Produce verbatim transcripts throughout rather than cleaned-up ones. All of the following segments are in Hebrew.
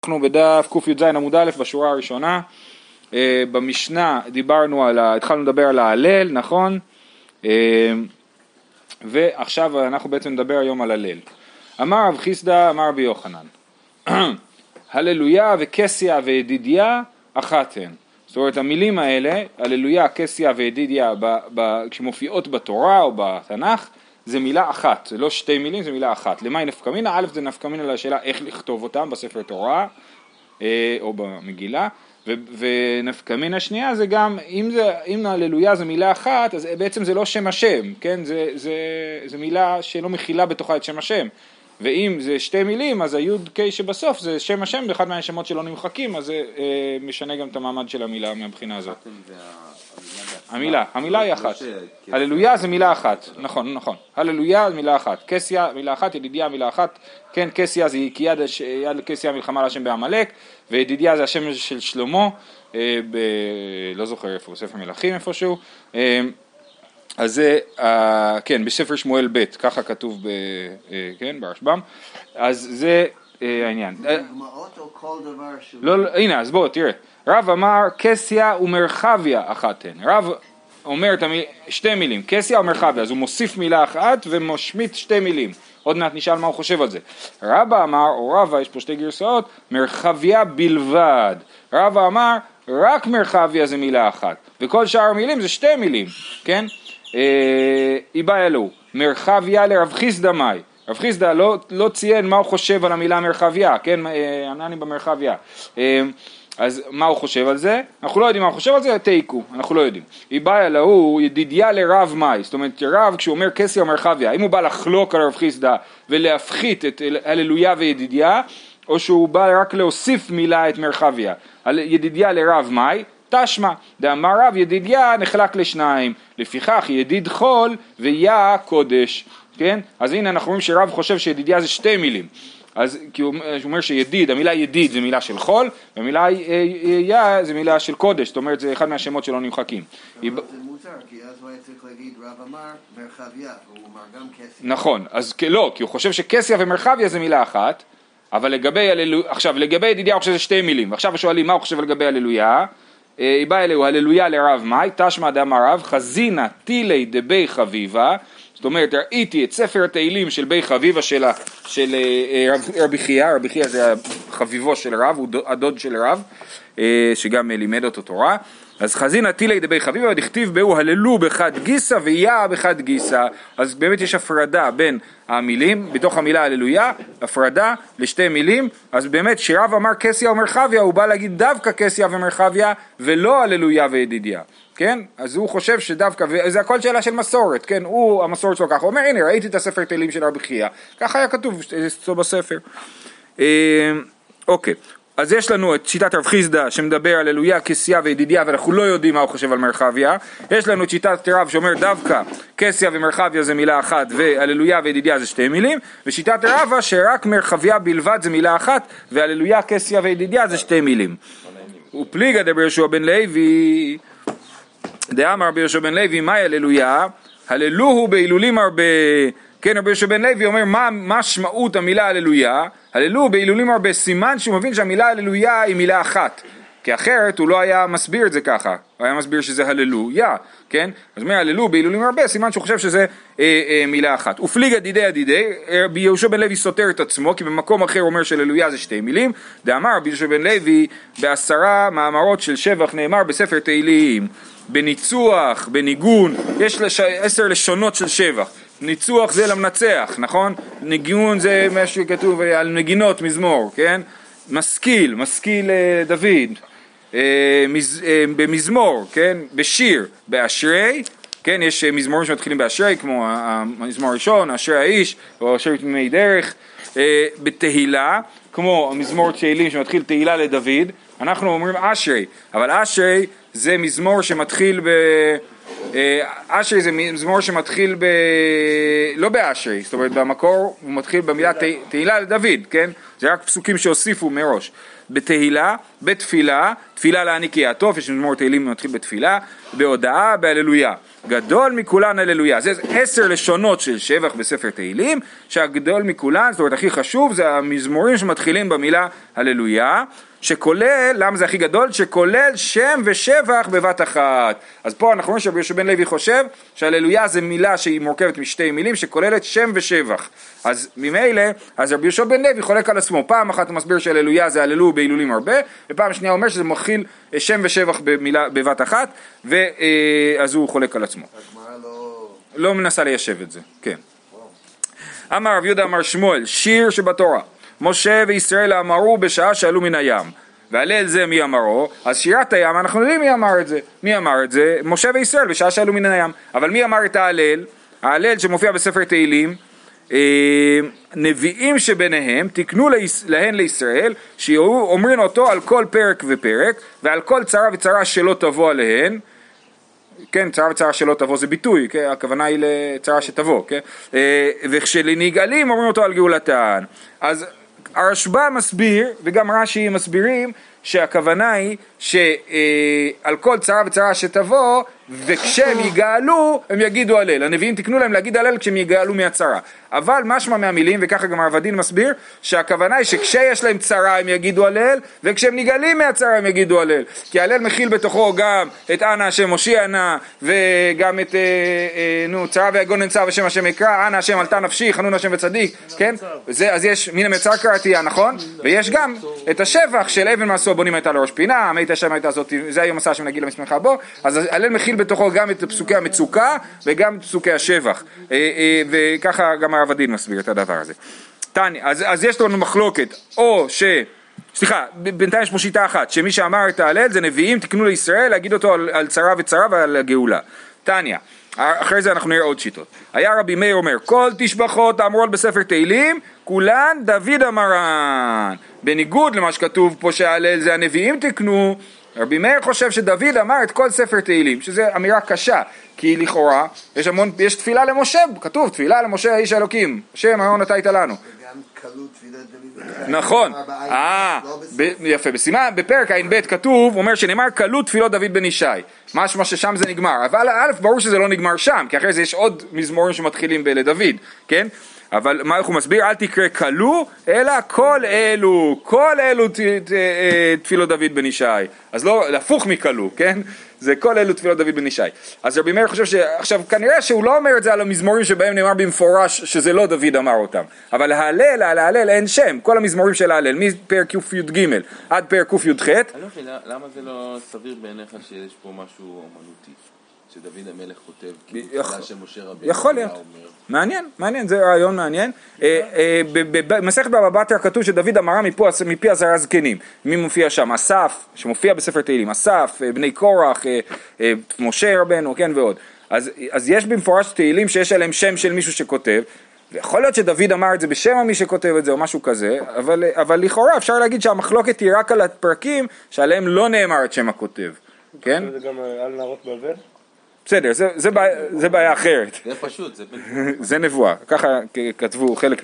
אנחנו בדף ק"ז עמוד א' בשורה הראשונה. במשנה דיברנו על ה... התחלנו לדבר על ההלל, נכון? ועכשיו אנחנו בעצם נדבר היום על הלל. אמר רב חיסדא, אמר רבי יוחנן, הללויה וקסיה וידידיה אחת הן. זאת אומרת, המילים האלה, הללויה, קסיה וידידיה, ב... ב... כשמופיעות בתורה או בתנ"ך, זה מילה אחת, זה לא שתי מילים, זה מילה אחת. למה היא נפקא מינה? א', זה נפקא מינה לשאלה איך לכתוב אותם בספר תורה אה, או במגילה, ו- ונפקא מינה שנייה זה גם, אם, זה, אם הללויה זה מילה אחת, אז בעצם זה לא שם השם, כן? זה, זה, זה מילה שלא מכילה בתוכה את שם השם. ואם זה שתי מילים, אז היוד קי שבסוף זה שם השם, באחד מהשמות שלא נמחקים, אז זה אה, משנה גם את המעמד של המילה מהבחינה הזאת. המילה, המילה היא אחת. הללויה זה מילה אחת, נכון, נכון. הללויה זה מילה אחת. קסיה, מילה אחת, ידידיה, מילה אחת. כן, קסיה זה כי יד, יד קסיה מלחמה להשם בעמלק, וידידיה זה השם של שלמה, אה, ב... לא זוכר איפה, בספר מלכים איפשהו. אה, אז זה, אה, כן, בספר שמואל ב', ככה כתוב, ב, אה, כן, ברשב"ם. אז זה אה, העניין. דוגמאות או כל דבר ש... לא, לא, הנה, אז בוא, תראה. רב אמר קסיה ומרחביה אחת הן. רב אומר שתי מילים, קסיה ומרחביה, אז הוא מוסיף מילה אחת ומשמיט שתי מילים. עוד מעט נשאל מה הוא חושב על זה. רבא אמר, או רבא, יש פה שתי גרסאות, מרחביה בלבד. רבא אמר, רק מרחביה זה מילה אחת. וכל שאר המילים זה שתי מילים, כן? היא באה אלו, מרחביה לרב חיסדא מאי. רב חיסדא לא, לא ציין מה הוא חושב על המילה מרחביה, כן? ענני במרחביה. אז מה הוא חושב על זה? אנחנו לא יודעים מה הוא חושב על זה, תיקו, אנחנו לא יודעים. היא באה להוא ידידיה לרב מאי, זאת אומרת רב כשהוא אומר קסיה ומרחביה, אם הוא בא לחלוק על רב חיסדא ולהפחית את הללויה וידידיה, או שהוא בא רק להוסיף מילה את מרחביה, על ידידיה לרב מאי, תשמע, דאמר רב ידידיה נחלק לשניים, לפיכך ידיד חול ויה קודש, כן? אז הנה אנחנו רואים שרב חושב שידידיה זה שתי מילים. אז כי הוא אומר שידיד, המילה ידיד זה מילה של חול, והמילה יה זה מילה של קודש, זאת אומרת זה אחד מהשמות שלא נמחקים. זה מוזר, כי אז הוא היה צריך להגיד רב אמר מרחביה, הוא אמר גם קסיה. נכון, אז לא, כי הוא חושב שקסיה ומרחביה זה מילה אחת, אבל לגבי, עכשיו לגבי ידידיה הוא חושב שזה שתי מילים, ועכשיו שואלים מה הוא חושב לגבי הללויה, היא באה אלוהו, הללויה לרב מאי, תשמע דאמר רב, חזינה תילי דבי חביבה, זאת אומרת, ראיתי את ספר התהילים של בי חביבה של, של רבי חייא, רבי חייא זה חביבו של רב, הוא הדוד של רב, שגם לימד אותו תורה, אז חזינה תילי דבי חביבה, ודכתיב בהו הללו בחד גיסה ויה בחד גיסה, אז באמת יש הפרדה בין המילים, בתוך המילה הללויה, הפרדה לשתי מילים, אז באמת שרב אמר קסיה ומרחביה, הוא בא להגיד דווקא קסיה ומרחביה, ולא הללויה וידידיה. כן? אז הוא חושב שדווקא, וזה הכל שאלה של מסורת, כן? הוא, המסורת שלו ככה, הוא אומר, הנה, ראיתי את הספר תהילים של רבי חייא, ככה היה כתוב אצלו בספר. אוקיי, אז יש לנו את שיטת רב חיסדא שמדבר על הללויה, קסיה וידידיה, ואנחנו לא יודעים מה הוא חושב על מרחביה. יש לנו את שיטת רב שאומר דווקא קסיה ומרחביה זה מילה אחת, והללויה וידידיה זה שתי מילים, ושיטת רבא שרק מרחביה בלבד זה מילה אחת, והללויה, קסיה וידידיה זה שתי מילים. ופליגא דרבי יהושע בן לוי, דאמר רבי יהושע בן לוי, מהי הללויה? הללוהו בהילולים הרבה. כן, רבי יהושע בן לוי אומר, מה משמעות המילה הללויה? הללוהו בהילולים הרבה, סימן שהוא מבין שהמילה הללויה היא מילה אחת. כי אחרת הוא לא היה מסביר את זה ככה. הוא היה מסביר שזה הללויה, כן? אז אומר, הללוהו בהילולים הרבה, סימן שהוא חושב שזה אה, אה, מילה אחת. ופליגא דידי הדידי, רבי יהושע בן לוי סותר את עצמו, כי במקום אחר אומר שהללויה זה שתי מילים. דאמר רבי יהושע בן לוי, בעשרה מאמרות של שבח נאמר בספר תהילים, בניצוח, בניגון, יש לש... עשר לשונות של שבח. ניצוח זה למנצח, נכון? ניגון זה מה שכתוב על נגינות מזמור, כן? משכיל, משכיל דוד, מז... במזמור, כן? בשיר, באשרי, כן? יש מזמורים שמתחילים באשרי, כמו המזמור הראשון, אשרי האיש, או אשרי תמימי דרך, בתהילה, כמו המזמור תהילים שמתחיל תהילה לדוד, אנחנו אומרים אשרי, אבל אשרי זה מזמור שמתחיל ב... אשרי זה מזמור שמתחיל ב... לא באשרי, זאת אומרת במקור הוא מתחיל במילה תה... תהילה לדוד, כן? זה רק פסוקים שהוסיפו מראש. בתהילה, בתפילה, תפילה להעניק יעטוף, יש מזמור תהילים מתחיל בתפילה, בהודעה, בהללויה. גדול מכולן הללויה. זה עשר לשונות של שבח בספר תהילים, שהגדול מכולן, זאת אומרת הכי חשוב, זה המזמורים שמתחילים במילה הללויה, שכולל, למה זה הכי גדול? שכולל שם ושבח בבת אחת. אז פה אנחנו רואים שרבי יהושע בן לוי חושב שהללויה זה מילה שהיא מורכבת משתי מילים שכוללת שם ושבח. אז ממילא, אז רבי יהושע בן לוי חולק על עצמו. פעם אחת הוא מסביר שהללויה זה הללו בהילולים הרבה, ופעם שנייה הוא אומר שזה מכיל שם ושבח במילה, בבת אחת, ואז הוא חולק על עצמו. הגמרא לא... לא מנסה ליישב את זה, כן. אמר רב יהודה אמר שמואל, שיר שבתורה. משה וישראל אמרו בשעה שעלו מן הים, והלל זה מי אמרו? אז שירת הים אנחנו יודעים מי אמר את זה. מי אמר את זה? משה וישראל בשעה שעלו מן הים. אבל מי אמר את ההלל? ההלל שמופיע בספר תהילים, אה, נביאים שביניהם תקנו להן לישראל, שיהיו אומרים אותו על כל פרק ופרק, ועל כל צרה וצרה שלא תבוא עליהן. כן, צרה וצרה שלא תבוא זה ביטוי, כן? הכוונה היא לצרה שתבוא, כן? אה, וכשלנגאלים אומרים אותו על גאולתן. אז הרשב"א מסביר, וגם רש"י מסבירים, שהכוונה היא שעל כל צרה וצרה שתבוא, וכשהם יגאלו, הם יגידו הלל. הנביאים תקנו להם להגיד הלל כשהם יגאלו מהצרה. אבל משמע מהמילים, וככה גם הרב הדין מסביר, שהכוונה היא שכשיש להם צרה הם יגידו הלל, וכשהם נגאלים מהצרה הם יגידו הלל. כי הלל מכיל בתוכו גם את אנא השם מושיע נא, וגם את אה, אה, נו, צרה ויגון נצא ושם השם יקרא, אנא השם עלתה נפשי, חנון השם וצדיק, כן? וזה, אז יש מן המצר קראתיה, נכון? ויש גם את השבח של אבן מעשו בונים הייתה לראש פינה, מית השם הייתה זאת, זה היום מסע שנגיד למשמחה בו, אז הלל מכיל בתוכו גם את פסוקי המצוקה וגם את פסוקי השבח, וככה גם הרב הדין מסביר את הדבר הזה. תני, אז, אז יש לנו מחלוקת, או ש... סליחה, בינתיים יש פה שיטה אחת, שמי שאמר את ההלל זה נביאים, תקנו לישראל להגיד אותו על, על צרה וצרה ועל הגאולה. תניא, אחרי זה אנחנו נראה עוד שיטות. היה רבי מאיר אומר, כל תשבחות האמרות בספר תהילים, כולן דוד אמרן. בניגוד למה שכתוב פה שההלל זה הנביאים תקנו, רבי מאיר חושב שדוד אמר את כל ספר תהילים, שזה אמירה קשה, כי לכאורה יש המון, יש תפילה למשה, כתוב תפילה למשה האיש האלוקים, השם היום נתת לנו. וגם קלות תפילת דוד. נכון, אה, יפה, בסימן, בפרק עין ב' כתוב, אומר שנאמר קלות תפילות דוד בן ישי, משמע ששם זה נגמר, אבל א' ברור שזה לא נגמר שם, כי אחרי זה יש עוד מזמורים שמתחילים לדוד, כן? אבל מה הוא מסביר? אל תקרא כלו, אלא כל אלו, כל אלו ת, ת, תפילות דוד בן ישי. אז לא, הפוך מכלו, כן? זה כל אלו תפילות דוד בן ישי. אז רבי מאיר חושב שעכשיו כנראה שהוא לא אומר את זה על המזמורים שבהם נאמר במפורש שזה לא דוד אמר אותם. אבל להלל, על ההלל אין שם, כל המזמורים של ההלל, מפרק ק"ג עד פרק ק"ח. למה זה לא סביר בעיניך שיש פה משהו אומנותי? שדוד המלך כותב, כי תפילה של משה רבינו, יכול להיות, מעניין, מעניין, זה רעיון מעניין. במסכת בבא בתרא כתוב שדוד אמרה מפי עשרה זקנים. מי מופיע שם? אסף, שמופיע בספר תהילים, אסף, בני קורח, משה רבנו, כן ועוד. אז יש במפורש תהילים שיש עליהם שם של מישהו שכותב, ויכול להיות שדוד אמר את זה בשם מי שכותב את זה או משהו כזה, אבל, אבל לכאורה אפשר להגיד שהמחלוקת היא רק על הפרקים שעליהם לא נאמר את שם הכותב, כן? זה גם על נערות בבל? בסדר, זה, זה, בעיה, זה בעיה אחרת. זה פשוט, זה... זה נבואה, ככה כתבו חלק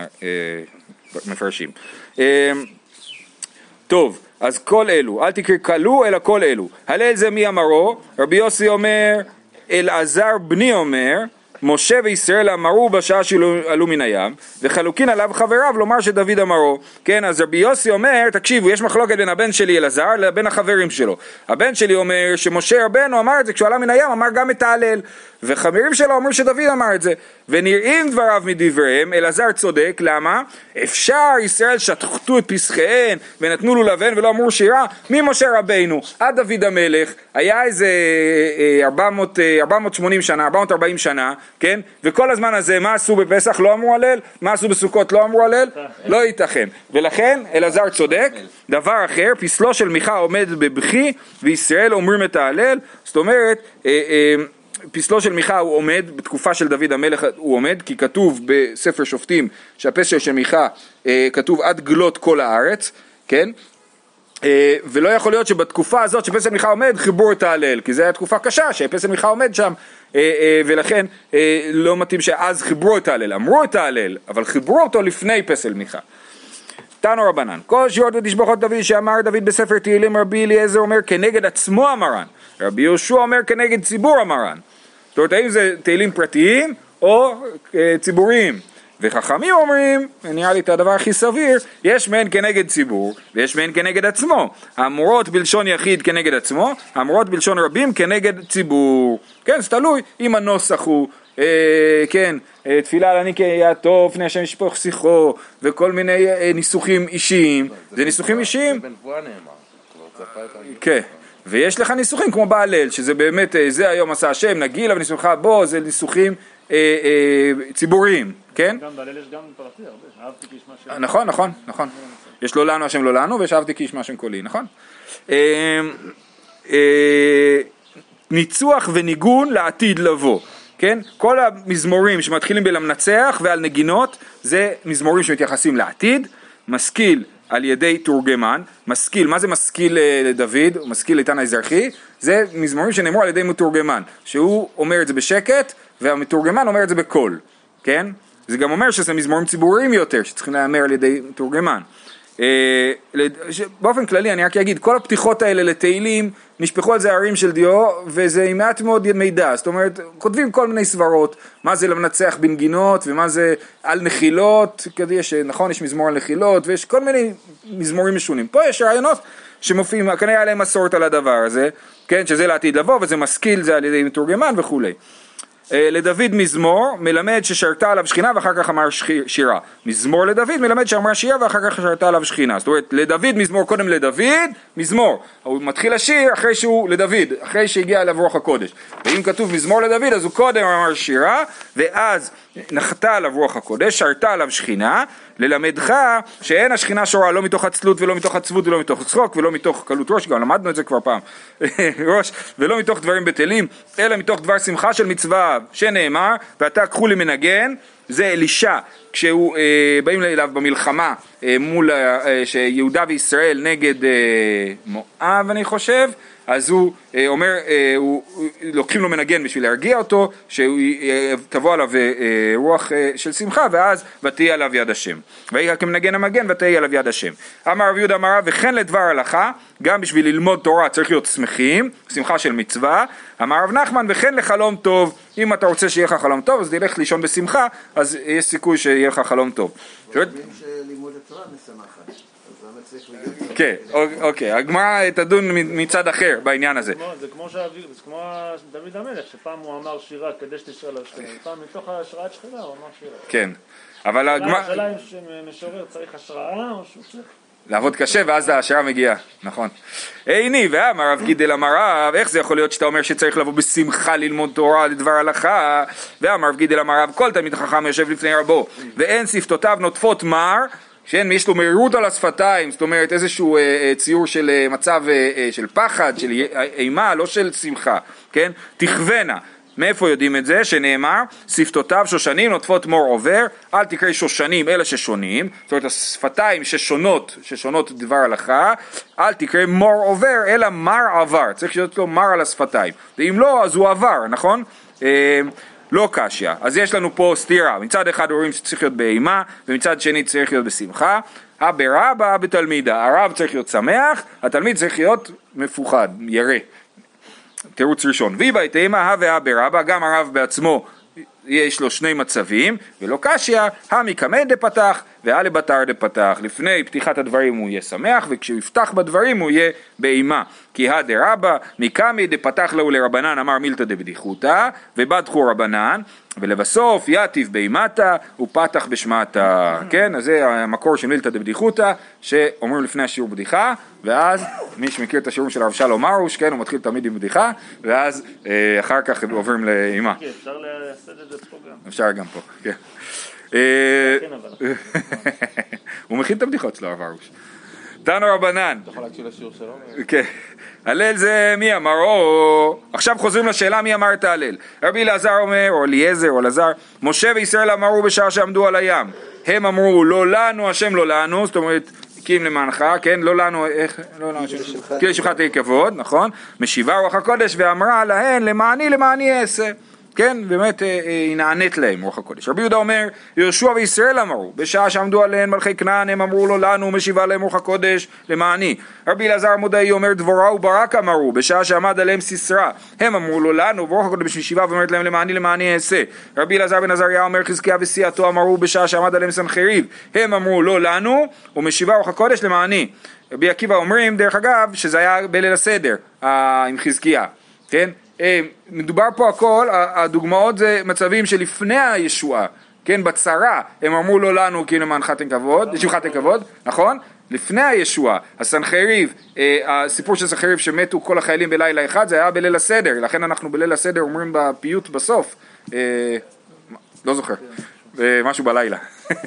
מהמפרשים. טוב, אז כל אלו, אל תקרא כלו אלא כל אלו. הלל זה מי אמרו? רבי יוסי אומר, אלעזר בני אומר, משה וישראל אמרו בשעה שעלו מן הים, וחלוקין עליו חבריו לומר שדוד אמרו. כן, אז רבי יוסי אומר, תקשיבו, יש מחלוקת בין הבן שלי אלעזר לבין החברים שלו. הבן שלי אומר שמשה רבנו אמר את זה כשהוא עלה מן הים, אמר גם את ההלל, וחברים שלו אומרים שדוד אמר את זה, ונראים דבריו מדבריהם. אלעזר צודק, למה? אפשר ישראל שתחתו את פסחיהן ונתנו לו לבן ולא אמרו שירה, ממשה רבנו עד דוד המלך היה איזה ארבע מאות ושמונים שנה, ארבע מאות וארבעים שנה, כן? וכל הזמן הזה מה עשו בפסח? לא אמרו הלל. מה עשו בסוכות? לא אמרו הלל. לא ייתכן. ולכן אלעזר צודק. דבר אחר, פסלו של מיכה עומד בבכי וישראל אומרים את ההלל. זאת אומרת, אה, אה, פסלו של מיכה הוא עומד בתקופה של דוד המלך, הוא עומד כי כתוב בספר שופטים שהפסל של מיכה אה, כתוב עד גלות כל הארץ, כן? אה, ולא יכול להיות שבתקופה הזאת שפסל מיכה עומד חיברו את ההלל, כי זו הייתה תקופה קשה שפסל מיכה עומד שם, אה, אה, ולכן אה, לא מתאים שאז חיברו את ההלל, אמרו את ההלל, אבל חיברו אותו לפני פסל מיכה. תנו רבנן, כל שירות ותשבחות דוד שאמר דוד בספר תהילים, רבי אליעזר אומר כנגד עצמו אמרן, רבי יהושע אומר כנגד ציבור אמרן. זאת אומרת, האם זה תהילים פרטיים או אה, ציבוריים? וחכמים אומרים, נראה לי את הדבר הכי סביר, יש מהן כנגד ציבור ויש מהן כנגד עצמו. האמורות בלשון יחיד כנגד עצמו, האמורות בלשון רבים כנגד ציבור. כן, זה תלוי אם הנוסח הוא, אה, כן, אה, תפילה על אני כיעטוף, פני השם ישפוך שיחו, וכל מיני אה, ניסוחים אישיים. זה, זה ניסוחים אישיים? זה בנבואה נאמר. כן. ויש לך ניסוחים כמו בהלל, שזה באמת, אה, זה היום עשה השם, נגילה ונשמחה בו, זה ניסוחים אה, אה, ציבוריים. כן? גם בהלל יש גם פרטי הרבה, אהבתי כי ישמע שם. נכון, נכון, נכון. יש לו לנו השם לא לנו, ויש אהבתי כי ישמע שם קולי, נכון? ניצוח וניגון לעתיד לבוא, כן? כל המזמורים שמתחילים בלמנצח ועל נגינות, זה מזמורים שמתייחסים לעתיד, משכיל על ידי תורגמן, משכיל, מה זה משכיל לדוד? משכיל איתן האזרחי, זה מזמורים שנאמרו על ידי מתורגמן, שהוא אומר את זה בשקט, והמתורגמן אומר את זה בקול, כן? זה גם אומר שזה מזמורים ציבוריים יותר, שצריכים להיאמר על ידי תורגמן. באופן כללי אני רק אגיד, כל הפתיחות האלה לתהילים, נשפכו על זה הערים של דיו, וזה עם מעט מאוד מידע, זאת אומרת, כותבים כל מיני סברות, מה זה למנצח בנגינות, ומה זה על נחילות, כדי שנכון, יש מזמור על נחילות, ויש כל מיני מזמורים משונים. פה יש רעיונות שמופיעים, כנראה עליהם מסורת על הדבר הזה, כן, שזה לעתיד לבוא, וזה משכיל, זה על ידי מתורגמן וכולי. לדוד מזמור מלמד ששרתה עליו שכינה ואחר כך אמר שירה. מזמור לדוד מלמד שאמר שירה ואחר כך שרתה עליו שכינה. זאת אומרת, לדוד מזמור קודם לדוד, מזמור. הוא מתחיל לשיר אחרי שהוא לדוד, אחרי שהגיע אליו רוח הקודש. ואם כתוב מזמור לדוד, אז הוא קודם אמר שירה, ואז נחתה עליו רוח הקודש, שרתה עליו שכינה, ללמדך שאין השכינה שורה לא מתוך עצלות ולא מתוך עצבות ולא מתוך צחוק ולא מתוך קלות ראש, גם למדנו את זה כבר פעם, ראש, ולא מתוך דברים בטלים, אלא מתוך דבר שמחה של מצווה שנאמר, ואתה קחו לי מנגן, זה אלישע, כשהוא, אה, באים אליו במלחמה אה, מול אה, שיהודה וישראל נגד אה, מואב אני חושב, אז הוא אה, אומר, אה, הוא, לוקחים לו מנגן בשביל להרגיע אותו, שתבוא עליו אה, רוח אה, של שמחה, ואז ותהי עליו יד השם. ויהי כמנגן המגן ותהי עליו יד השם. אמר רב יהודה אמר רב, וכן לדבר הלכה, גם בשביל ללמוד תורה צריך להיות שמחים, שמחה של מצווה. אמר רב נחמן, וכן לחלום טוב, אם אתה רוצה שיהיה לך חלום טוב, אז תלך לישון בשמחה, אז יש סיכוי שיהיה לך חלום טוב. אומרים שלימוד התורה משמחת. כן, אוקיי, הגמרא תדון מצד אחר בעניין הזה. זה כמו דוד המלך, שפעם הוא אמר שירה כדי שתשרה על השכינה, פעם מתוך השראת שכינה הוא אמר שירה. כן, אבל הגמרא... השאלה אם שמשורר צריך השראה או שהוא צריך... לעבוד קשה ואז ההשראה מגיעה, נכון. איני, ואמר רב גידל אמר רב, איך זה יכול להיות שאתה אומר שצריך לבוא בשמחה ללמוד תורה לדבר הלכה? ואמר רב גידל אמר רב, כל תלמיד חכם יושב לפני רבו, ואין שפתותיו נוטפות מר, שאין, יש לו מהירות על השפתיים, זאת אומרת איזשהו אה, ציור של אה, מצב אה, של פחד, של אימה, לא של שמחה, כן? תכוונה. מאיפה יודעים את זה? שנאמר, שפתותיו שושנים נוטפות מור עובר, אל תקראי שושנים אלא ששונים, זאת אומרת השפתיים ששונות, ששונות דבר הלכה, אל תקראי מור עובר אלא מר עבר, צריך להיות לו מר על השפתיים, ואם לא אז הוא עבר, נכון? אה, לא קשיא. אז יש לנו פה סתירה, מצד אחד רואים שצריך להיות באימה, ומצד שני צריך להיות בשמחה. ברבא בתלמידה, הרב צריך להיות שמח, התלמיד צריך להיות מפוחד, ירא. תירוץ ראשון. ויבא את אימה, הווה ברבא, גם הרב בעצמו יש לו שני מצבים, ולא קשיא, המקמא דפתח והא בתר דפתח. לפני פתיחת הדברים הוא יהיה שמח, וכשהוא יפתח בדברים הוא יהיה באימה. כי הא דרבא מקמא דפתח לו לרבנן אמר מילתא דבדיחותא, ובדחו רבנן, ולבסוף יתיב באימתא ופתח בשמעתא. כן, אז זה המקור של מילתא דבדיחותא, שאומרים לפני השיעור בדיחה, ואז מי שמכיר את השיעור של הרב שלום מרוש, כן, הוא מתחיל תמיד עם בדיחה, ואז אה, אחר כך עוברים לאימה. כן, אפשר לעשות את זה פה גם. אפשר גם פה, כן. הוא מכין את הבדיחות שלו, הרב מרוש. תנו רבנן. אתה יכול להקשיב לשיעור שלו? כן. הלל זה מי אמר, או... עכשיו חוזרים לשאלה מי אמר את ההלל. רבי אלעזר אומר, או אליעזר, או אלעזר, משה וישראל אמרו בשעה שעמדו על הים. הם אמרו, לא לנו, השם לא לנו, זאת אומרת, קים למענך, כן, לא לנו, איך, לא לנו, כי לשמחת כבוד, נכון? משיבה רוח הקודש ואמרה להן, למעני, למעני אעשה. כן, באמת היא נענית להם רוח הקודש. רבי יהודה אומר, יהושע וישראל אמרו, בשעה שעמדו עליהן מלכי כנען, הם אמרו לו לנו, משיבה להם רוח הקודש למעני. רבי אלעזר המודעי אומר, דבורה וברק אמרו, בשעה שעמד עליהם סיסרא, הם אמרו לו לנו, ורוח הקודש משיבה ואומרת להם למעני, למעני אעשה. רבי אלעזר בן עזריה אומר, חזקיה וסיעתו אמרו, בשעה שעמד עליהם סנחריב, הם אמרו לו לנו, ומשיבה רוח הקודש למעני. רבי עקיבא אומרים, דרך אגב, שזה היה בליל הסדר, עם חזקיה, כן? מדובר פה הכל, הדוגמאות זה מצבים שלפני הישועה, כן, בצרה, הם אמרו לו לנו כי למען חתן כבוד, חתן כבוד, נכון? לפני הישועה, הסנחריב, הסיפור של סנחריב שמתו כל החיילים בלילה אחד, זה היה בליל הסדר, לכן אנחנו בליל הסדר אומרים בפיוט בסוף, לא זוכר, משהו בלילה.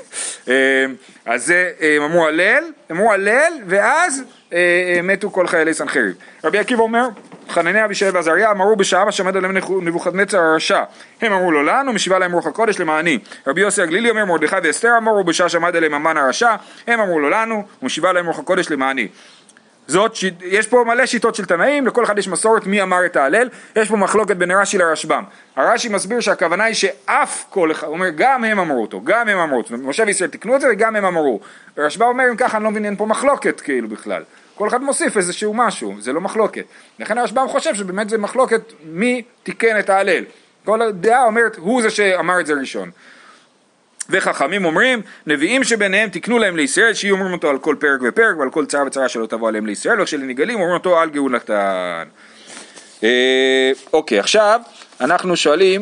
אז הם אמרו הלל, אמרו הלל, ואז מתו כל חיילי סנחריב. רבי עקיבא אומר, חנניה אבישי ועזריה אמרו בשעה שעמד עליהם נבוכדנצר הרשע, הם אמרו לו לנו, משיבה להם רוח הקודש למעני. רבי יוסי הגלילי אומר, מרדכי ואסתר אמרו בשעה שעמד עליהם המן הרשע, הם אמרו לו לנו, ומשיבה להם רוח הקודש למעני. זאת, יש פה מלא שיטות של תנאים, לכל אחד יש מסורת מי אמר את ההלל, יש פה מחלוקת בין רש"י לרשב"ם. הרש"י מסביר שהכוונה היא שאף כל אחד, הוא אומר גם הם אמרו אותו, גם הם אמרו אותו, משה וישראל תקנו את זה וגם הם אמרו. הרשב"ם אומר אם ככה אני לא מבין, אין פה מחלוקת כאילו בכלל. כל אחד מוסיף איזשהו משהו, זה לא מחלוקת. לכן הרשב"ם חושב שבאמת זה מחלוקת מי תיקן את ההלל. כל הדעה אומרת הוא זה שאמר את זה ראשון. וחכמים אומרים, נביאים שביניהם תקנו להם לישראל, שיהיו אומרים אותו על כל פרק ופרק, ועל כל צרה וצרה שלא תבוא עליהם לישראל, וכשלנגלים אומרים אותו על גאולתן. אוקיי, עכשיו אנחנו שואלים...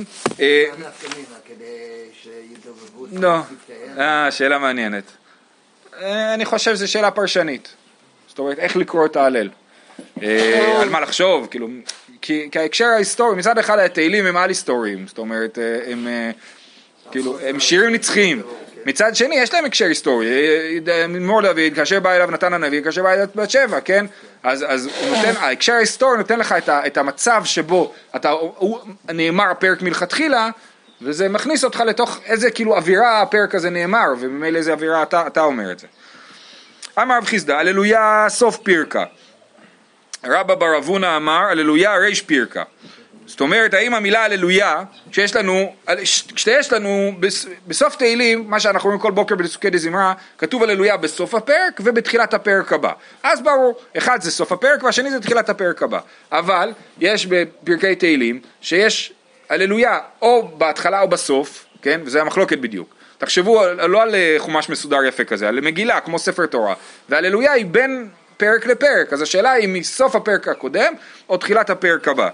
לא, שאלה מעניינת. אני חושב שזו שאלה פרשנית. זאת אומרת, איך לקרוא את ההלל? על מה לחשוב? כאילו, כי ההקשר ההיסטורי, מצד אחד התהילים הם על היסטוריים, זאת אומרת, הם... כאילו, הם שירים נצחיים. מצד שני, יש להם הקשר היסטורי. מור דוד, כאשר בא אליו נתן הנביא, כאשר בא אליו בת שבע, כן? אז, אז הוא נותן, ההקשר ההיסטורי נותן לך את, ה, את המצב שבו אתה, הוא נאמר הפרק מלכתחילה, וזה מכניס אותך לתוך איזה כאילו אווירה הפרק הזה נאמר, וממילא איזה אווירה אתה, אתה אומר את זה. אמר רב חיסדא, הללויה סוף פרקה. רבא בר אבונה אמר, הללויה ריש פרקה. זאת אומרת, האם המילה הללויה, כשיש לנו, כשיש לנו בסוף תהילים, מה שאנחנו רואים כל בוקר בפסוקי דזמרה, כתוב הללויה בסוף הפרק ובתחילת הפרק הבא. אז ברור, אחד זה סוף הפרק והשני זה תחילת הפרק הבא. אבל יש בפרקי תהילים שיש הללויה או בהתחלה או בסוף, כן? וזה המחלוקת בדיוק. תחשבו לא על חומש מסודר יפה כזה, על מגילה כמו ספר תורה. והללויה היא בין פרק לפרק, אז השאלה היא מסוף הפרק הקודם או תחילת הפרק הבא.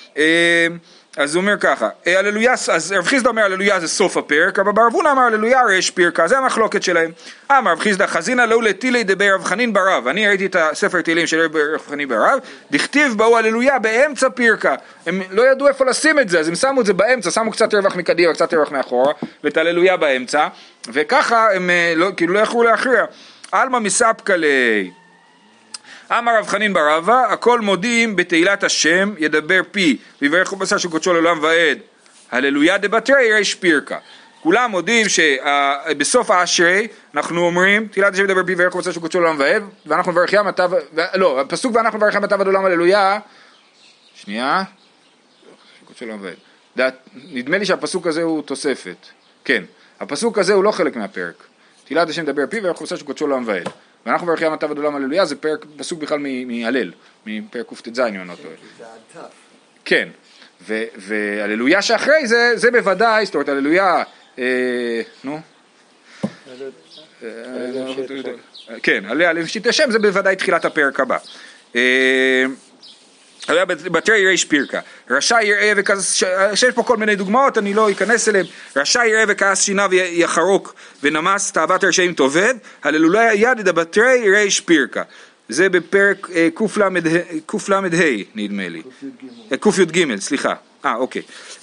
אז הוא אומר ככה, אז רב חיסדא אומר הללויה זה סוף הפרק, אבל בר אבונה אמר הללויה ריש פרקה, זה המחלוקת שלהם. אמר רב חיסדא חזינא לו לתילי דבי רב חנין ברב, אני ראיתי את הספר תהילים של רב חנין ברב, דכתיב באו הללויה באמצע פרקה, הם לא ידעו איפה לשים את זה, אז הם שמו את זה באמצע, שמו קצת רווח מקדימה, קצת רווח מאחורה, ואת הללויה באמצע, וככה הם לא, כאילו לא יכלו להכריע. אלמה מספקא ליה. אמר רב חנין ברבא, הכל מודים בתהילת השם, ידבר פי, ויברך בשר של קודשו לעולם ועד, הללויה דבתרי ריש פרקה. כולם מודים שבסוף האשרי, אנחנו אומרים, תהילת השם ידבר פי, ויברך בשר של קודשו לעולם ועד, ואנחנו מברך ים התו, לא, הפסוק ואנחנו מברך ים התו עד עולם הללויה, שנייה, קודשו לעולם ועד. נדמה לי שהפסוק הזה הוא תוספת, כן, הפסוק הזה הוא לא חלק מהפרק. תהילת השם ידבר פי, ויברך בשר של קודשו לעולם ועד. ואנחנו ברכי המתה ודולם הללויה, זה פרק, פסוק בכלל מהלל, מפרק קופט"ז, אני לא טועה. כן, והללויה שאחרי זה, זה בוודאי, זאת אומרת, הללויה, נו, כן, עליה למשיט השם, זה בוודאי תחילת הפרק הבא. היה בתרי ריש פרקה, רשע יראה וכעס, שיש פה כל מיני דוגמאות, אני לא אכנס אליהם, רשע יראה וכעס שיניו יחרוק ונמס תאוות רשעים תאבד, הללויה יד בתרי ריש פרקה, זה בפרק קל"ה נדמה לי, ק"ג, סליחה, אה אוקיי,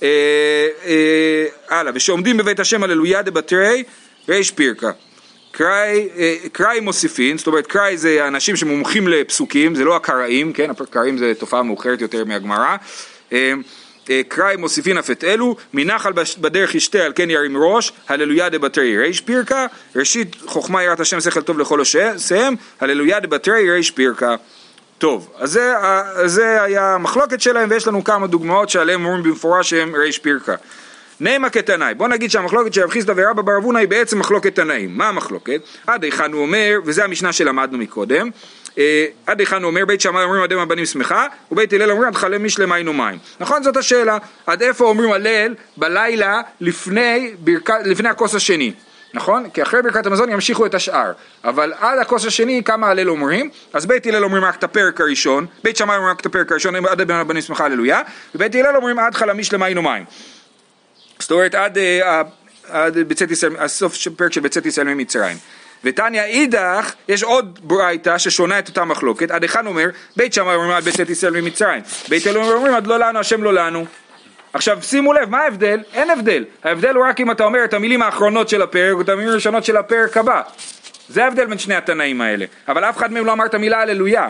הלאה, ושעומדים בבית השם הללויה בתרי ריש פרקה, קראי, קראי מוסיפין, זאת אומרת קראי זה אנשים שמומחים לפסוקים, זה לא הקראים, כן, הקראים זה תופעה מאוחרת יותר מהגמרא, קראי מוסיפין אף את אלו, מנחל בדרך ישתה על כן ירים ראש, הללויה דבתרי ריש פרקה, ראשית חוכמה יראת השם שכל טוב לכל עושיהם, הללויה דבתרי ריש פרקה. טוב, אז זה, זה היה המחלוקת שלהם, ויש לנו כמה דוגמאות שעליהם אומרים במפורש שהם ריש פירקה. נעמה כתנאי, בוא נגיד שהמחלוקת של רב חיסדא ורבא בר אבונה היא בעצם מחלוקת תנאים. מה המחלוקת? עד היכן הוא אומר, וזה המשנה שלמדנו מקודם, עד היכן הוא אומר, בית שמאי אומרים עד הם הבנים שמחה, ובית הלל אומרים עד חלם משלם היינו מים. נכון, זאת השאלה, עד איפה אומרים הלל בלילה לפני, ברכה, לפני הכוס השני, נכון? כי אחרי ברכת המזון ימשיכו את השאר, אבל עד הכוס השני כמה הלל אומרים, אז בית הלל אומרים רק את הפרק הראשון, בית שמאי אומרים רק את הפרק הראשון, עד הם הבנים שמחה הללויה, ובית הלל אומרים עד חלם משלם היינו מים. זאת אומרת עד, עד בצאת ישראל, הסוף של פרק של בצאת ישראל ממצרים. ותניא אידך, יש עוד ברייתא ששונה את אותה מחלוקת, עד היכן אומר, בית שמאי אומרים עד בצאת ישראל ממצרים, בית הלל אומרים עד לא לנו, השם לא לנו. עכשיו שימו לב, מה ההבדל? אין הבדל, ההבדל הוא רק אם אתה אומר את המילים האחרונות של הפרק, או את המילים הראשונות של הפרק הבא. זה ההבדל בין שני התנאים האלה, אבל אף אחד מהם לא אמר את המילה הללויה.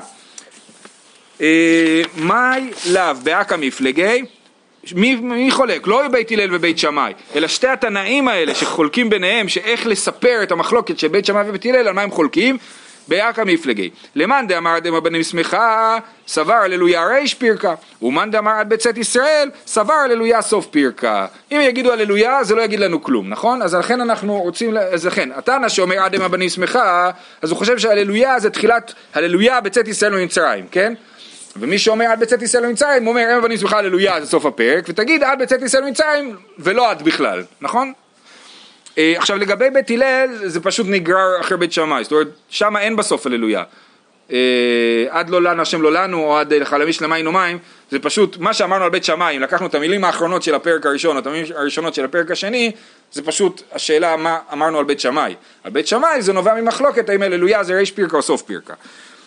מאי לאו באקא מפלגי, מי, מי חולק? לא בית הלל ובית שמאי, אלא שתי התנאים האלה שחולקים ביניהם, שאיך לספר את המחלוקת של בית שמאי ובית הלל, על מה הם חולקים? באקא מפלגי. למאן דאמר עד הם הבנים שמחה, סבר הללויה ריש פירקה, ומאן דאמר עד בצאת ישראל, סבר הללויה סוף פירקה. אם יגידו הללויה, זה לא יגיד לנו כלום, נכון? אז לכן אנחנו רוצים, אז לכן, התנא שאומר עד הם הבנים שמחה, אז הוא חושב שההללויה זה תחילת הללויה בצאת ישראל ממצרים, כן? ומי שאומר עד בצאת ישראל ממצרים, הוא אומר הם הבנים שמחה הללויה זה סוף הפרק, ותגיד עד בצאת ישראל ממצרים ולא עד בכלל, נכון? עכשיו לגבי בית הלל זה פשוט נגרר אחרי בית שמאי, זאת אומרת שם אין בסוף הללויה, עד לא לנו השם לא לנו או עד חלם משלם היינו מים, זה פשוט מה שאמרנו על בית שמאי, אם לקחנו את המילים האחרונות של הפרק הראשון או את המילים הראשונות של הפרק השני, זה פשוט השאלה מה אמרנו על בית שמאי. על בית שמאי זה נובע ממחלוקת האם הללויה זה ריש פירקה או סוף פירקה.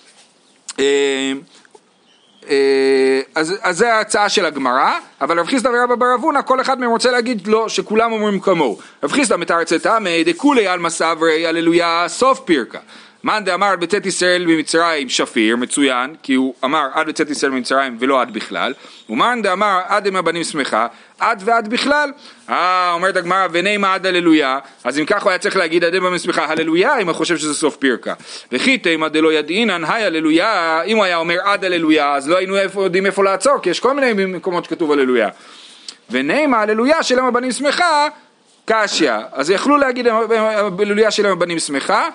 אז, אז זה ההצעה של הגמרא, אבל רב חיסדא ורבא בר אבונה כל אחד מהם רוצה להגיד לו שכולם אומרים כמוהו. רב חיסדא מתרץ לטעמי דכולי עלמא סברי הללויה סוף פירקה. מאן דאמר עד בצאת ישראל ממצרים שפיר, מצוין, כי הוא אמר עד בצאת ישראל ממצרים ולא עד בכלל, ומאן דאמר עד הם הבנים שמחה, עד ועד בכלל. אה, אומרת הגמרא, ונימה עד הללויה, אז אם כך הוא היה צריך להגיד עד הם הבנים שמחה הללויה, אם הוא חושב שזה סוף פירקה. וכי תימא דלא ידעינן היי הללויה, אם הוא היה אומר עד הללויה, אז לא היינו יודעים איפה לעצור, כי יש כל מיני מקומות שכתוב הללויה. ונימה הללויה של הם הבנים שמחה, קשיא, אז יכלו להגיד הללויה של הם הבנים שמחה,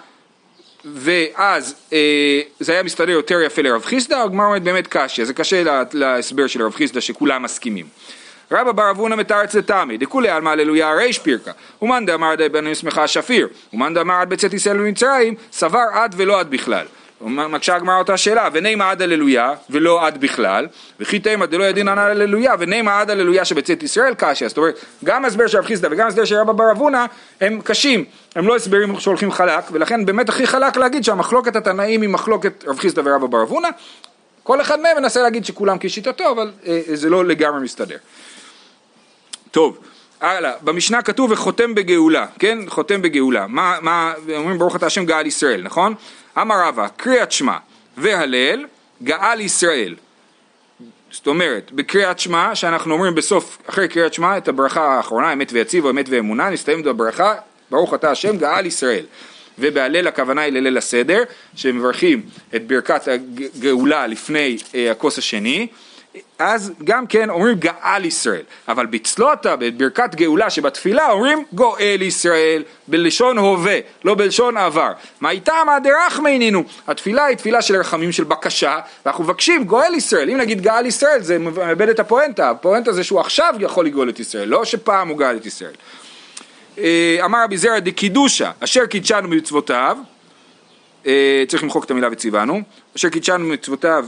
ואז אה, זה היה מסתדר יותר יפה לרב חיסדא, הגמרא אומרת באמת קשיא, זה קשה לה, להסבר של רב חיסדא שכולם מסכימים. רבא בר אבונה מתרץ לטעמי, דכולי עלמא הללויה ריש פירקה, ומאן דאמר עד הבנים שמחה שפיר, ומאן דאמר עד בצאת ישראל ממצרים, סבר עד ולא עד בכלל. מקשה הגמרא אותה שאלה, ונימה עד הללויה ולא עד בכלל, וכי תימא דלא ידעינן הללויה ונימה עד הללויה שבצאת ישראל קשיא. זאת אומרת, גם הסבר של רב חיסדא וגם הסבר של רבא בר אבונה הם קשים, הם לא הסברים שהולכים חלק, ולכן באמת הכי חלק להגיד שהמחלוקת התנאים היא מחלוקת רב חיסדא ורבא בר אבונה. כל אחד מהם מנסה להגיד שכולם כשיטתו, אבל אה, זה לא לגמרי מסתדר. טוב, הלאה, במשנה כתוב וחותם בגאולה, כן? חותם בגאולה. מה, מה, אומרים ברוך אתה השם גאל ישראל, נכון? אמר רבא, קריאת שמע והלל גאל ישראל. זאת אומרת, בקריאת שמע, שאנחנו אומרים בסוף, אחרי קריאת שמע, את הברכה האחרונה, אמת ויציב או אמת ואמונה, נסתיים בברכה, ברוך אתה השם גאל ישראל. ובהלל הכוונה היא לליל הסדר, שמברכים את ברכת הגאולה לפני אה, הכוס השני, אז גם כן אומרים גאל ישראל, אבל בצלותא בברכת גאולה שבתפילה אומרים גואל ישראל, בלשון הווה, לא בלשון עבר. מה איתה מה דרחמננו? התפילה היא תפילה של רחמים, של בקשה, ואנחנו מבקשים גואל ישראל. אם נגיד גאל ישראל זה מאבד את הפואנטה, הפואנטה זה שהוא עכשיו יכול לגאול את ישראל, לא שפעם הוא גאל את ישראל. אמר רבי זרע דקידושה, אשר קידשנו במצוותיו, צריך למחוק את המילה וציוונו, אשר קידשנו במצוותיו,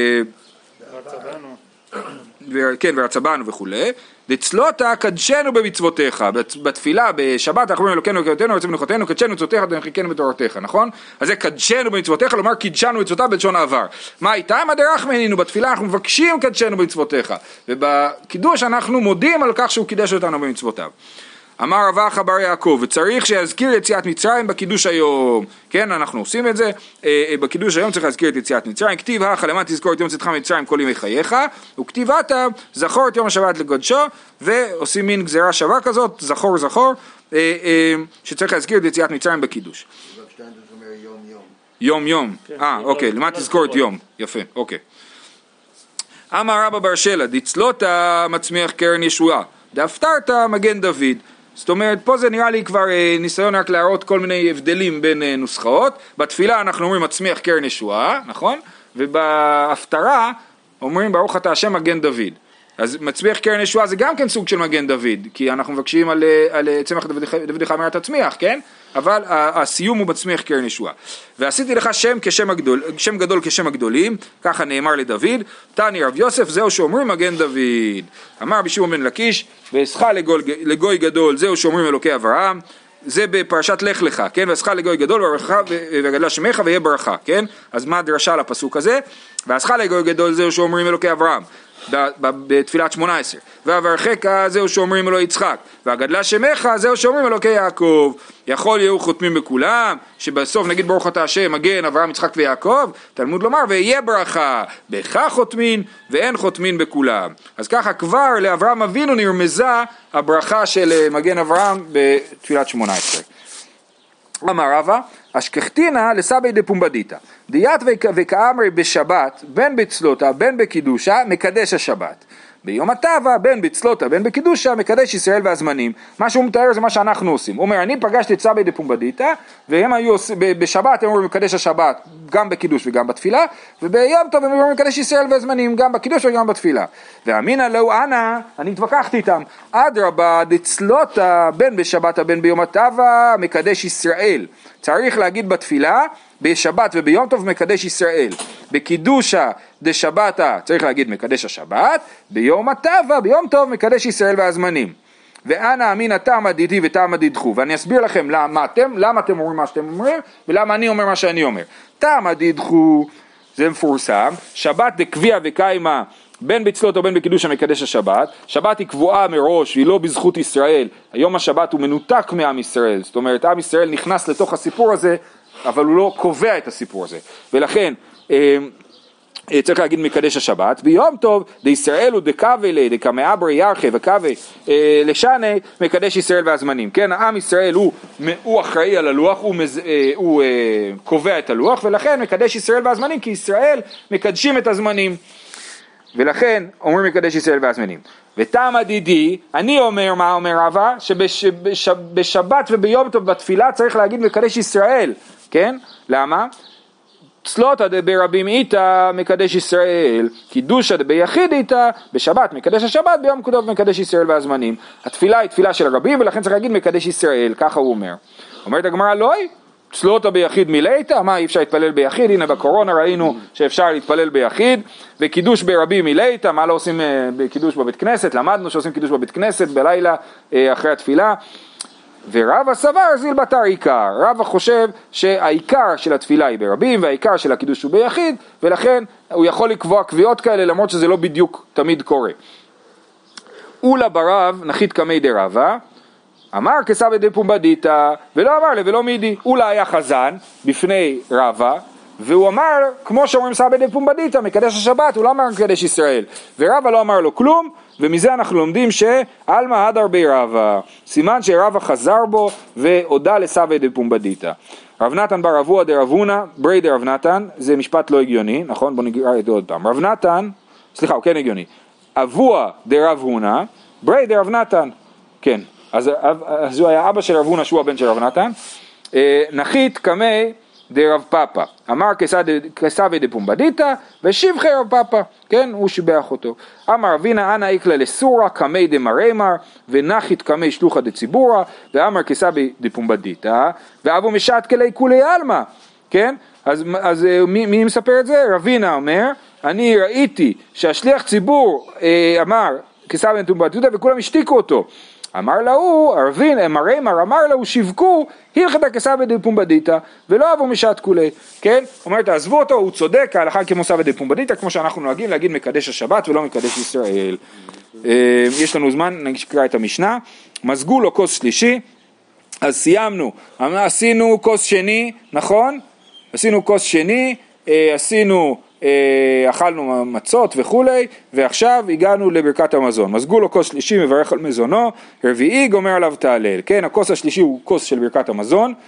כן, ורצבנו וכולי, דצלותא קדשנו במצוותיך, בתפילה, בשבת אנחנו אומרים אלוקינו אלוקינו רוצים מנוחותינו, קדשנו מצוותיך ונחיכנו בתורתך, נכון? אז זה קדשנו במצוותיך, לומר קידשנו במצוותיו בלשון העבר. מה איתה? מה דרחמננו? בתפילה אנחנו מבקשים קדשנו במצוותיך, ובקידוש אנחנו מודים על כך שהוא קידש אותנו במצוותיו. אמר רב אחא בר יעקב, וצריך שיזכיר יציאת מצרים בקידוש היום. כן, אנחנו עושים את זה, בקידוש היום צריך להזכיר את יציאת מצרים. כתיב הכא למען תזכור את יום צאתך ממצרים כל ימי חייך, וכתיב עתה זכור את יום השבת לקודשו, ועושים מין גזירה שווה כזאת, זכור זכור, שצריך להזכיר את יציאת מצרים בקידוש. יום יום. אה, אוקיי, למה תזכורת יום? יפה, אוקיי. אמר רבא בר שלה, דצלותא מצמיח קרן ישועה, דאפתרתא מגן דוד. זאת אומרת, פה זה נראה לי כבר אה, ניסיון רק להראות כל מיני הבדלים בין אה, נוסחאות. בתפילה אנחנו אומרים מצמיח קרן ישועה, נכון? ובהפטרה אומרים ברוך אתה השם מגן דוד. אז מצמיח קרן ישועה זה גם כן סוג של מגן דוד, כי אנחנו מבקשים על, על צמח דוד חמר תצמיח, כן? אבל הסיום הוא מצמיח קרן ישועה. ועשיתי לך שם כשם הגדול, שם גדול כשם הגדולים, ככה נאמר לדוד, תני רב יוסף זהו שאומרים מגן דוד. אמר בשמעון בן לקיש, ואסך לגוי גדול זהו שאומרים אלוקי אברהם, זה בפרשת לך לך, כן? ואסך לגוי גדול וברכה וגדלה שמך ויהיה ברכה, כן? אז מה הדרשה לפסוק הזה? ואסך לגוי גדול זהו שאומרים אלוקי אברהם. בתפילת שמונה עשרה, והברכך זהו שאומרים אלוהי יצחק, והגדלה שמך זהו שאומרים אלוקי יעקב. יכול יהיו חותמים בכולם, שבסוף נגיד ברוך אתה השם מגן אברהם יצחק ויעקב, תלמוד לומר ויהיה ברכה, בך חותמין ואין חותמין בכולם. אז ככה כבר לאברהם אבינו נרמזה הברכה של מגן אברהם בתפילת שמונה עשרה. אמר רבא, אשכחתינה לסבי דפומבדיתא, דיית וכאמרי בשבת, בין בצלותה בין בקידושה, מקדש השבת. ביום הטבע, בין בצלותה בין בקידושה, מקדש ישראל והזמנים. מה שהוא מתאר זה מה שאנחנו עושים. הוא אומר, אני פגשתי את סבי דפומבדיתא, והם היו בשבת, הם אומרים מקדש השבת, גם בקידוש וגם בתפילה, וביום טוב הם אומרים מקדש ישראל והזמנים, גם בקידוש וגם בתפילה. ואמינא לו אנא, אני התווכחתי איתם, אדרבה דצלותה בין בשבת בין ביום הטבע, מקדש ישראל. צריך להגיד בתפילה, בשבת וביום טוב מקדש ישראל. בקידושה דשבתה צריך להגיד מקדש השבת, ביום הטבע, ביום טוב מקדש ישראל והזמנים. ואנא אמינא תמא דידי ותמא דידחו. ואני אסביר לכם למה אתם, למה אתם אומרים מה שאתם אומרים, ולמה אני אומר מה שאני אומר. תמא דידחו, זה מפורסם, שבת דקביע וקיימה, בין בצלות או בין בקידוש המקדש השבת. שבת היא קבועה מראש, היא לא בזכות ישראל. היום השבת הוא מנותק מעם ישראל, זאת אומרת עם ישראל נכנס לתוך הסיפור הזה, אבל הוא לא קובע את הסיפור הזה. ולכן צריך להגיד מקדש השבת. ביום טוב דישראל הוא דקווה לי דקמאברי ירחה וקווה לשנה מקדש ישראל והזמנים. כן, העם ישראל הוא, הוא אחראי על הלוח, הוא, מז, הוא קובע את הלוח, ולכן מקדש ישראל והזמנים, כי ישראל מקדשים את הזמנים, ולכן אומרים מקדש ישראל והזמנים. ותמא דידי, אני אומר, מה אומר רבא? שבשבת וביום טוב בתפילה צריך להגיד מקדש ישראל, כן? למה? צלותא דברבים איתה מקדש ישראל, קידושא דביחיד איתה, בשבת מקדש השבת, ביום טוב מקדש ישראל והזמנים. התפילה היא תפילה של הרבים, ולכן צריך להגיד מקדש ישראל, ככה הוא אומר. אומרת הגמרא, לא היא? צלותא ביחיד מילאיתא, מה אי אפשר להתפלל ביחיד? הנה בקורונה ראינו שאפשר להתפלל ביחיד, וקידוש ברבים מילאיתא, מה לא עושים קידוש בבית כנסת? למדנו שעושים קידוש בבית כנסת בלילה אחרי התפילה. ורבא סבר זיל בתר עיקר, רבא חושב שהעיקר של התפילה היא ברבים והעיקר של הקידוש הוא ביחיד, ולכן הוא יכול לקבוע קביעות כאלה למרות שזה לא בדיוק תמיד קורה. אולה ברב נחית קמי דרבא, אמר כסבא דפומבדיתא, ולא אמר לי ולא מידי. אולה היה חזן בפני רבא, והוא אמר כמו שאומרים סבא דפומבדיתא מקדש השבת, הוא לא אמר מקדש ישראל, ורבא לא אמר לו כלום. ומזה אנחנו לומדים שאלמה הדר בי רבא, סימן שרבא חזר בו והודה לסבא דפומבדיתא. רב נתן בר אבוה דרב הונא ברי דרב נתן, זה משפט לא הגיוני, נכון? בוא נקרא את זה עוד פעם. רב נתן, סליחה, הוא כן הגיוני. אבוה דרב הונא ברי דרב נתן, כן, אז, אז הוא היה אבא של רב הונא שהוא הבן של רב נתן. נחית קמי דרב פאפא, אמר כסבא דפומבדיתא ושיבחי רב פאפא, כן, הוא שיבח אותו. אמר רבינה אנא איקלה לסורה קמי דמרמר ונחית קמי שלוחא דציבורא, ואמר כסבא דפומבדיתא ואבו משעת כלי כולי עלמא, כן, אז, אז מי, מי מספר את זה? רבינה אומר, אני ראיתי שהשליח ציבור אמר כסבא דפומבדיתא וכולם השתיקו אותו. אמר לו, ארבין, מרמר, אמר לו, שיבקו, הלכתה כסבא דפומבדיתא, ולא אבו משעת כולי, כן? אומרת, תעזבו אותו, הוא צודק, ההלכה כמו סבא דפומבדיתא, כמו שאנחנו נוהגים להגיד מקדש השבת ולא מקדש ישראל. יש לנו זמן, נקרא את המשנה. מזגו לו כוס שלישי, אז סיימנו, עשינו כוס שני, נכון? עשינו כוס שני, עשינו... אכלנו מצות וכולי, ועכשיו הגענו לברכת המזון. מזגו לו כוס שלישי מברך על מזונו, רביעי גומר עליו תהלל, כן, הכוס השלישי הוא כוס של ברכת המזון,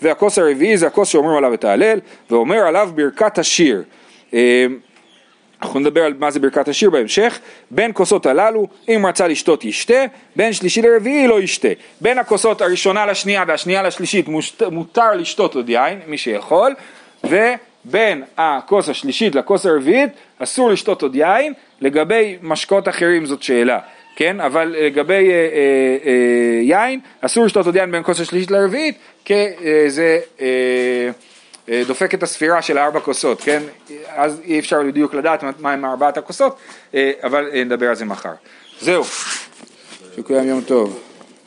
והכוס הרביעי זה הכוס שאומרים עליו את ההלל, ואומר עליו ברכת השיר. אנחנו נדבר על מה זה ברכת השיר בהמשך. בין כוסות הללו, אם רצה לשתות ישתה, בין שלישי לרביעי לא ישתה. בין הכוסות הראשונה לשנייה והשנייה לשלישית מותר לשתות עוד יין, מי שיכול, ובין הכוס השלישית לכוס הרביעית אסור לשתות עוד יין. לגבי משקאות אחרים זאת שאלה, כן? אבל לגבי אה, אה, אה, יין אסור לשתות עוד יין בין כוס השלישית לרביעית, כי אה, זה אה, אה, דופק את הספירה של ארבע כוסות, כן? אז אי אפשר בדיוק לדעת מה הם ארבעת הכוסות, אה, אבל נדבר על זה מחר. זהו, שכולם יום טוב.